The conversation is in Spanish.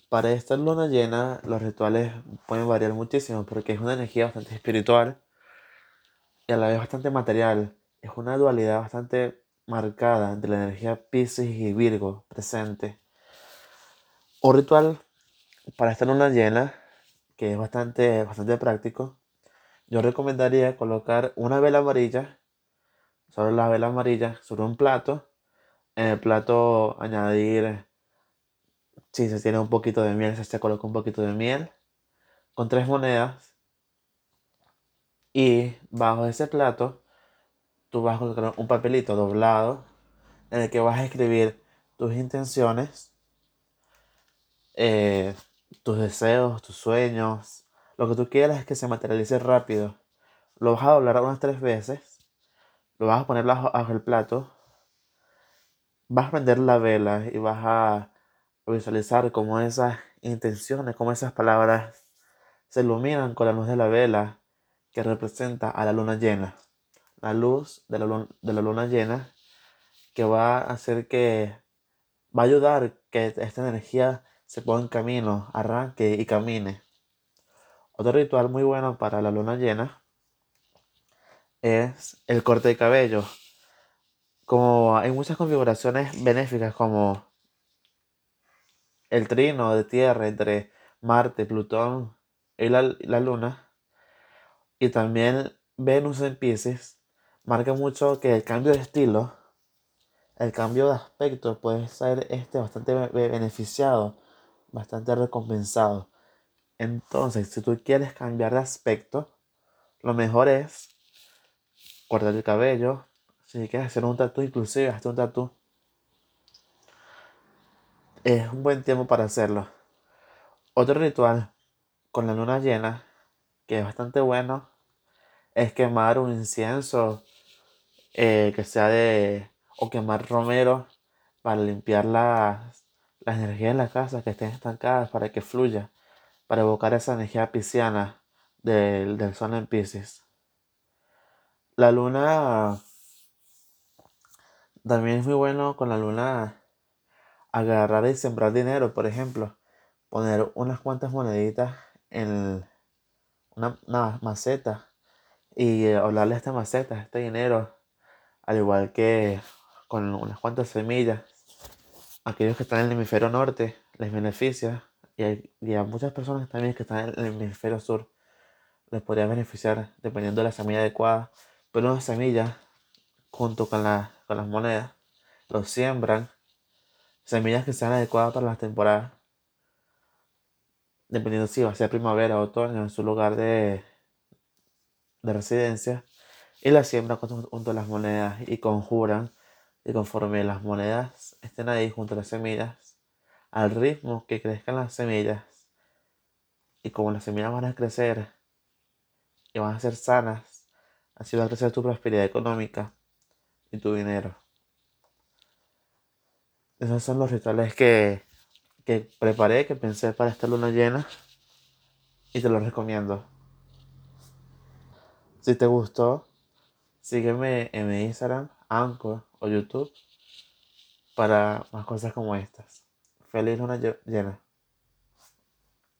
Para esta luna llena, los rituales pueden variar muchísimo porque es una energía bastante espiritual y a la vez bastante material. Es una dualidad bastante marcada entre la energía Piscis y Virgo presente. Un ritual para esta luna llena, que es bastante práctico, yo recomendaría colocar una vela amarilla, sobre la vela amarilla, sobre un plato. En el plato añadir, si se tiene un poquito de miel, se coloca un poquito de miel con tres monedas. Y bajo ese plato tú vas a colocar un papelito doblado en el que vas a escribir tus intenciones, eh, tus deseos, tus sueños, lo que tú quieras es que se materialice rápido. Lo vas a doblar unas tres veces, lo vas a poner bajo el plato, vas a prender la vela y vas a visualizar cómo esas intenciones, cómo esas palabras se iluminan con la luz de la vela que representa a la luna llena. La luz de la luna llena que va a hacer va a ayudar que esta energía se ponga en camino, arranque y camine. Otro ritual muy bueno para la luna llena es el corte de cabello. Como hay muchas configuraciones benéficas como el trino de tierra entre Marte, Plutón y la luna, y también Venus en Pisces, marca mucho que el cambio de estilo, el cambio de aspecto puede ser bastante beneficiado, bastante recompensado. Entonces, si tú quieres cambiar de aspecto, lo mejor es cortar el cabello. Si quieres hacer un tatu, inclusive hazte un tatu. Es un buen tiempo para hacerlo. Otro ritual con la luna llena, que es bastante bueno, es quemar un incienso que sea o quemar romero para limpiar las energías en la casa que estén estancadas para que fluya, para evocar esa energía pisciana del sol en Piscis. La luna también es muy bueno con la luna agarrar y sembrar dinero, por ejemplo, poner unas cuantas moneditas en una maceta y hablarle a esta maceta, a este dinero, al igual que con unas cuantas semillas. Aquellos que están en el hemisferio norte les beneficia y a muchas personas también que están en el hemisferio sur les podría beneficiar dependiendo de la semilla adecuada. Pero una semilla junto con las monedas los siembran, semillas que sean adecuadas para las temporadas, dependiendo si va a ser primavera o otoño en su lugar de residencia, y las siembran junto a las monedas y conjuran, y conforme las monedas estén ahí junto a las semillas, al ritmo que crezcan las semillas, y como las semillas van a crecer y van a ser sanas, así va a crecer tu prosperidad económica y tu dinero. Esos son los rituales que preparé, que pensé para esta luna llena y te los recomiendo. Si te gustó, sígueme en mi Instagram, Anchor o YouTube para más cosas como estas. Feliz luna llena.